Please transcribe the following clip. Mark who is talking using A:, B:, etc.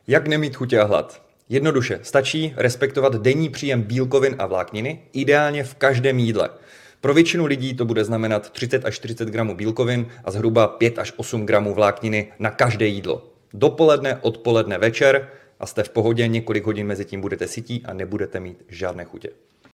A: Jak nemít chutě a hlad? Jednoduše, stačí respektovat denní příjem bílkovin a vlákniny, ideálně v každém jídle. Pro většinu lidí to bude znamenat 30 až 40 gramů bílkovin a zhruba 5 až 8 gramů vlákniny na každé jídlo. Dopoledne, odpoledne, večer a jste v pohodě, několik hodin mezi tím budete sytí a nebudete mít žádné chutě.